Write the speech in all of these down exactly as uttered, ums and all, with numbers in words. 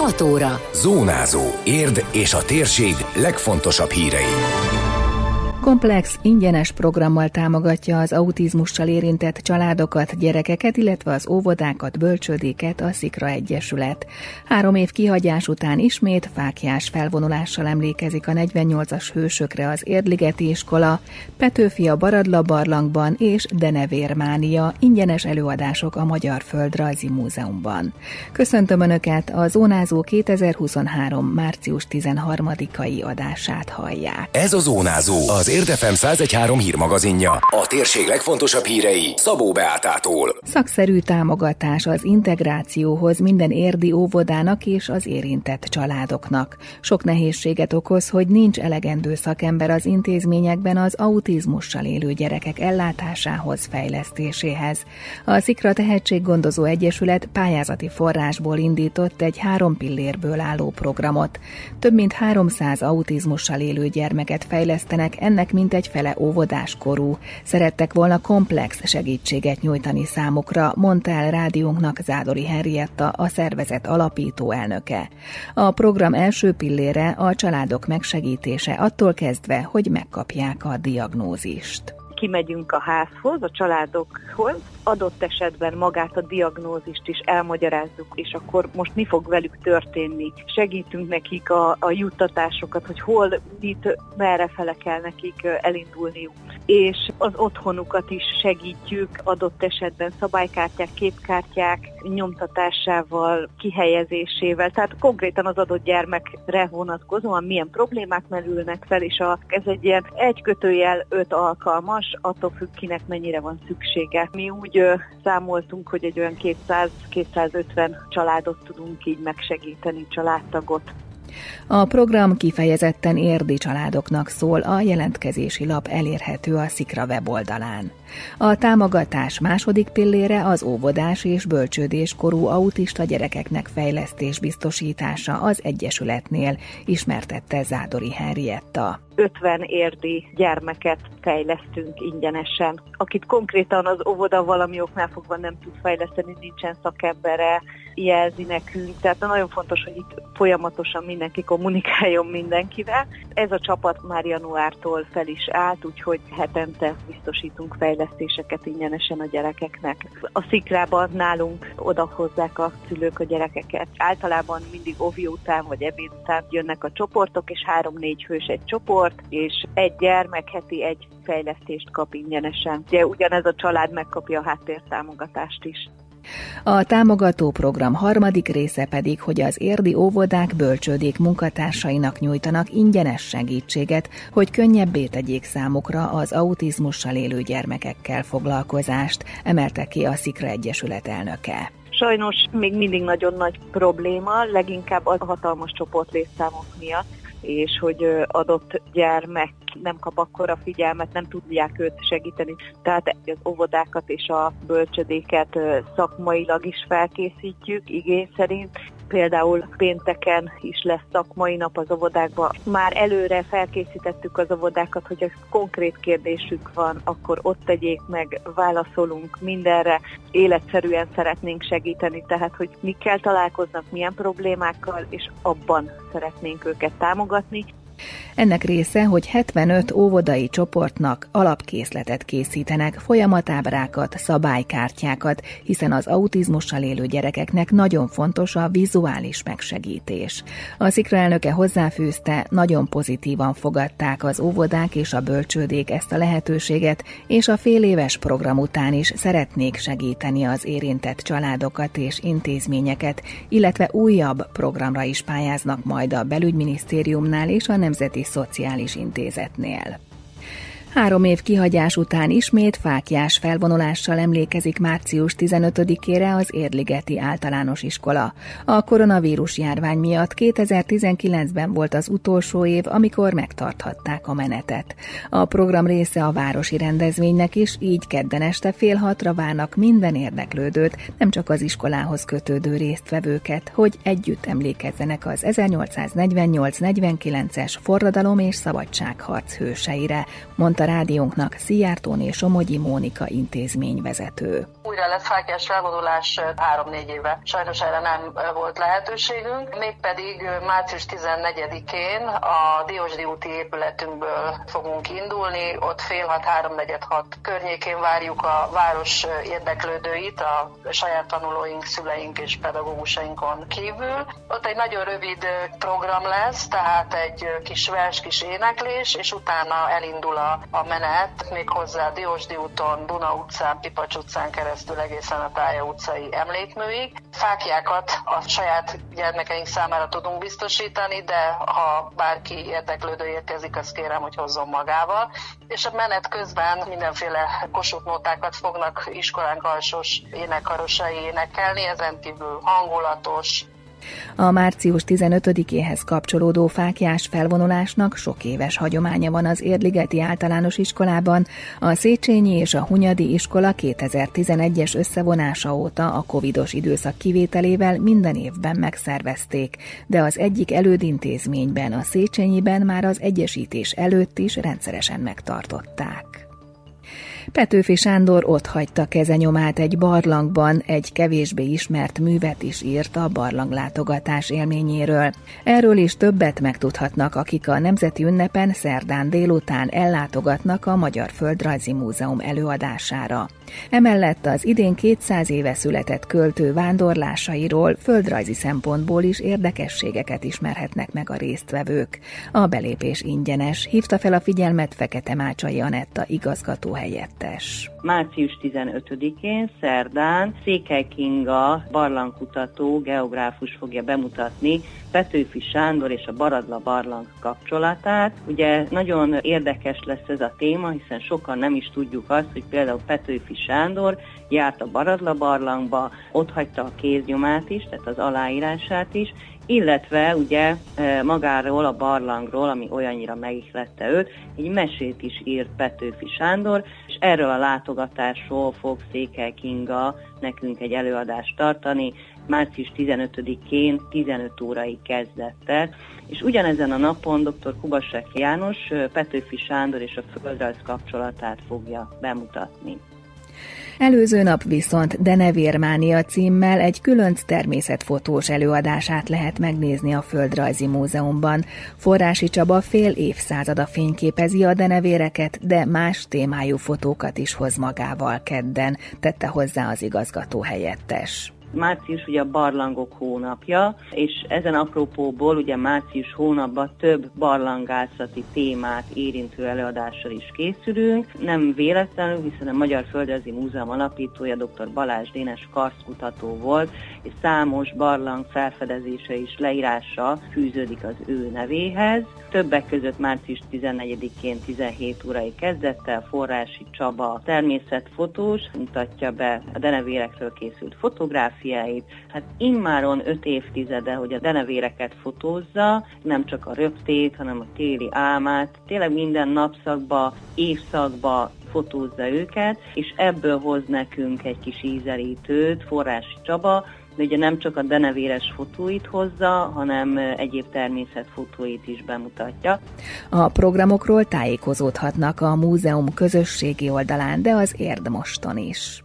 hat óra. Zónázó. Érd és a térség legfontosabb hírei. Komplex, ingyenes programmal támogatja az autizmussal érintett családokat, gyerekeket, illetve az óvodákat, bölcsődéket a Szikra Egyesület. Három év kihagyás után ismét fáklyás felvonulással emlékezik a negyvennyolcas hősökre az Érdligeti iskola, Petőfi a Baradla barlangban és Denevérmánia, ingyenes előadások a Magyar Földrajzi Múzeumban. Köszöntöm Önöket, a Zónázó kétezer-huszonhárom. március tizenharmadikai adását hallják. Ez a Zónázó, az Érd ef em száz egy pont három hírmagazinja. A térség legfontosabb hírei Szabó Beátától. Szakszerű támogatás az integrációhoz minden érdi óvodának és az érintett családoknak. Sok nehézséget okoz, hogy nincs elegendő szakember az intézményekben az autizmussal élő gyerekek ellátásához, fejlesztéséhez. A Szikra Tehetséggondozó Egyesület pályázati forrásból indított egy három pillérből álló programot. Több mint háromszáz autizmussal élő gyermeket fejlesztenek, ennek mintegy fele óvodáskorú. Szerettek volna komplex segítséget nyújtani számukra, mondta el rádiónknak Zádori Henrietta, a szervezet alapító elnöke. A program első pillére a családok megsegítése, attól kezdve, hogy megkapják a diagnózist. Kimegyünk a házhoz, a családokhoz, adott esetben magát a diagnózist is elmagyarázzuk, és akkor most mi fog velük történni. Segítünk nekik a, a juttatásokat, hogy hol, mit, merre fele kell nekik elindulniuk. És az otthonukat is segítjük, adott esetben szabálykártyák, képkártyák nyomtatásával, kihelyezésével, tehát konkrétan az adott gyermekre vonatkozóan milyen problémák merülnek fel, és a, ez egy ilyen egy kötőjel öt alkalmas, attól függ, kinek mennyire van szüksége. Mi úgy ö, számoltunk, hogy egy olyan kétszáz-kétszázötven családot tudunk így megsegíteni, családtagot. A program kifejezetten érdi családoknak szól, a jelentkezési lap elérhető a Szikra weboldalán. A támogatás második pillére az óvodás és bölcsődéskorú autista gyerekeknek fejlesztés biztosítása az Egyesületnél, ismertette Zádori Henrietta. ötven érdi gyermeket fejlesztünk ingyenesen, akit konkrétan az óvoda valami oknál fogva nem tud fejleszteni, nincsen szakembere, jelzi nekünk, tehát nagyon fontos, hogy itt folyamatosan mindenki kommunikáljon mindenkivel. Ez a csapat már januártól fel is állt, úgyhogy hetente biztosítunk fejlesztéseket ingyenesen a gyerekeknek. A Szikrában nálunk odahozzák a szülők a gyerekeket. Általában mindig óvi után vagy ebéd után jönnek a csoportok, és három-négy hős egy csoport, és egy gyermek heti egy fejlesztést kap ingyenesen. Ugye ugyanez a család megkapja a háttértámogatást is. A támogató program harmadik része pedig, hogy az érdi óvodák, bölcsődék munkatársainak nyújtanak ingyenes segítséget, hogy könnyebbé tegyék számukra az autizmussal élő gyermekekkel foglalkozást, emelte ki a Szikra Egyesület elnöke. Sajnos még mindig nagyon nagy probléma, leginkább a hatalmas csoportlétszámok miatt, és hogy adott gyermek nem kap akkora figyelmet, nem tudják őt segíteni. Tehát az óvodákat és a bölcsödéket szakmailag is felkészítjük, igény szerint. Például pénteken is lesz szakmai nap az óvodákban. Már előre felkészítettük az óvodákat, hogy a konkrét kérdésük van, akkor ott tegyék meg, válaszolunk mindenre. Életszerűen szeretnénk segíteni, tehát hogy mikkel találkoznak, milyen problémákkal, és abban szeretnénk őket támogatni. Ennek része, hogy hetvenöt óvodai csoportnak alapkészletet készítenek, folyamatábrákat, szabálykártyákat, hiszen az autizmussal élő gyerekeknek nagyon fontos a vizuális megsegítés. A Szikra elnöke hozzáfűzte, nagyon pozitívan fogadták az óvodák és a bölcsődék ezt a lehetőséget, és a féléves program után is szeretnék segíteni az érintett családokat és intézményeket, illetve újabb programra is pályáznak majd a Belügyminisztériumnál és a Nemzeti Szociális Intézetnél. Három év kihagyás után ismét fáklyás felvonulással emlékezik március tizenötödikére az Érdligeti Általános Iskola. A koronavírus járvány miatt kétezer-tizenkilencben volt az utolsó év, amikor megtarthatták a menetet. A program része a városi rendezvénynek is, így kedden este fél hatra várnak minden érdeklődőt, nem csak az iskolához kötődő résztvevőket, hogy együtt emlékezzenek az ezernyolcszáznegyvennyolc-negyvenkilences forradalom és szabadságharc hőseire, mondta rádiónknak Szijjártóné Somogyi Mónika intézményvezető. újra lesz fáklyás felvonulás három-négy éve. Sajnos erre nem volt lehetőségünk, mégpedig március tizennegyedikén a Diósdi úti épületünkből fogunk indulni, ott fél hat, háromnegyed hat környékén várjuk a város érdeklődőit, a saját tanulóink, szüleink és pedagógusainkon kívül. Ott egy nagyon rövid program lesz, tehát egy kis vers, kis éneklés, és utána elindul a, a menet, méghozzá Diósdi úton, Duna utcán, Pipacs utcán keresztül egészen a Pálya utcai emlékműig. Fáklyákat a saját gyermekeink számára tudunk biztosítani, de ha bárki érdeklődő érkezik, azt kérem, hogy hozzon magával. És a menet közben mindenféle Kossuth nótákat fognak iskolánk alsós énekkarosai énekelni, ez rendkívül hangulatos. A március tizenötödikéhez kapcsolódó fáklyás felvonulásnak sok éves hagyománya van az Érdligeti Általános Iskolában. A Széchenyi és a Hunyadi iskola kétezer-tizenegyes összevonása óta a covidos időszak kivételével minden évben megszervezték, de az egyik elődintézményben, a Széchenyiben már az egyesítés előtt is rendszeresen megtartották. Petőfi Sándor otthagyta kezenyomát egy barlangban, egy kevésbé ismert művet is írt a barlanglátogatás élményéről. Erről is többet megtudhatnak, akik a Nemzeti Ünnepen szerdán délután ellátogatnak a Magyar Földrajzi Múzeum előadására. Emellett az idén kétszáz éve született költő vándorlásairól földrajzi szempontból is érdekességeket ismerhetnek meg a résztvevők. A belépés ingyenes, hívta fel a figyelmet Fekete Mácsai Anetta igazgató helyettes. március tizenötödikén, szerdán Székely Kinga barlangkutató, geográfus fogja bemutatni Petőfi Sándor és a Baradla barlang kapcsolatát. Ugye nagyon érdekes lesz ez a téma, hiszen sokan nem is tudjuk azt, hogy például Petőfi Sándor járt a Baradla barlangba, ott hagyta a kéznyomát is, tehát az aláírását is, illetve ugye magáról a barlangról, ami olyannyira megihlette őt, egy mesét is írt Petőfi Sándor, és erről a látogatásról fog Székely Kinga nekünk egy előadást tartani, március tizenötödikén tizenöt órai kezdettel, és ugyanezen a napon dr. Kubasek János Petőfi Sándor és a földrajz kapcsolatát fogja bemutatni. Előző nap viszont Denevérmánia címmel egy különc természetfotós előadását lehet megnézni a Földrajzi Múzeumban. Forrási Csaba fél évszázada fényképezi a denevéreket, de más témájú fotókat is hoz magával kedden, tette hozzá az igazgató helyettes. Március ugye a barlangok hónapja, és ezen apropóból ugye március hónapban több barlangászati témát érintő előadással is készülünk. Nem véletlenül, hiszen a Magyar Földrajzi Múzeum alapítója dr. Balázs Dénes karszkutató volt, és számos barlang felfedezése és leírása fűződik az ő nevéhez. Többek között március tizennegyedikén tizenhét órai kezdettel Forrási Csaba természetfotós mutatja be a denevérekről készült fotográfiáit. Hát immáron öt évtizede, hogy a denevéreket fotózza, nem csak a röptét, hanem a téli álmát, tényleg minden napszakba, évszakba fotózza őket, és ebből hoz nekünk egy kis ízelítőt Forrási Csaba, de ugye nem csak a denevéres fotóit hozza, hanem egyéb természetfotóit is bemutatja. A programokról tájékozódhatnak a múzeum közösségi oldalán, de az Érdmoston is.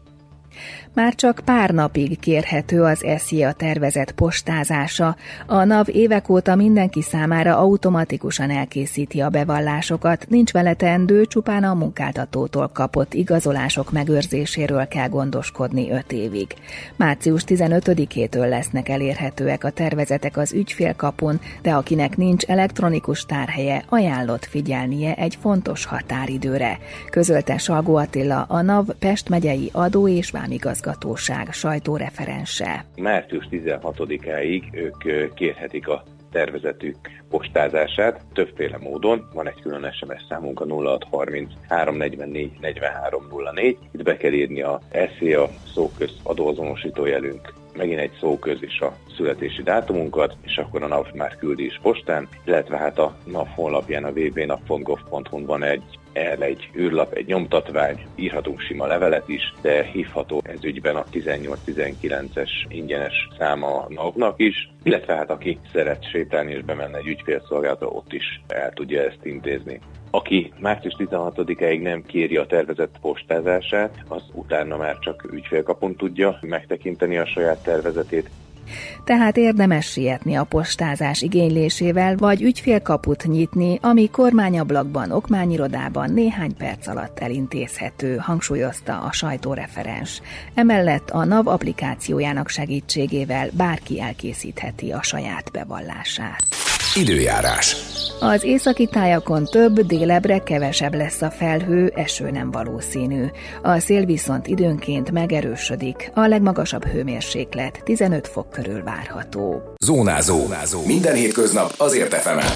Már csak pár napig kérhető az SZIA tervezett postázása. A NAV évek óta mindenki számára automatikusan elkészíti a bevallásokat, nincs vele teendő, csupán a munkáltatótól kapott igazolások megőrzéséről kell gondoskodni öt évig. március tizenötödikétől lesznek elérhetőek a tervezetek az ügyfélkapun, de akinek nincs elektronikus tárhelye, ajánlott figyelnie egy fontos határidőre. Közölte Salgó Attila, a NAV Pest megyei adó- és vámigazgatóság sajtóreferense. március tizenhatodikáig ők kérhetik a tervezetük postázását többféle módon. Van egy külön es em es számunk, a nulla hat harminc három negyvennégy negyvenhárom nulla négy. Itt be kell írni a SZIA szóköz adóazonosító jelünk, megint egy szóköz is a születési dátumunkat, és akkor a NAV már küldi is postán, illetve hát a NAV honlapján, a w w w pont gov pont hu-n van egy el egy űrlap, egy nyomtatvány, írhatunk sima levelet is, de hívható ez ügyben a tizennyolc tizenkilences ingyenes száma a NAV-nak is, illetve hát aki szeret sétálni és bemenni egy ügyfélszolgálatra, ott is el tudja ezt intézni. Aki március tizenhatodikáig nem kéri a tervezett postázását, az utána már csak ügyfélkapun tudja megtekinteni a saját tervezetét. Tehát érdemes sietni a postázás igénylésével, vagy ügyfélkaput nyitni, ami kormányablakban, okmányirodában néhány perc alatt elintézhető, hangsúlyozta a sajtóreferens. Emellett a NAV applikációjának segítségével bárki elkészítheti a saját bevallását. Időjárás. Az északi tájakon több, délebbre kevesebb lesz a felhő, eső nem valószínű. A szél viszont időnként megerősödik, a legmagasabb hőmérséklet tizenöt fok körül várható. Zónázó. Minden hétköznap azért ef emen.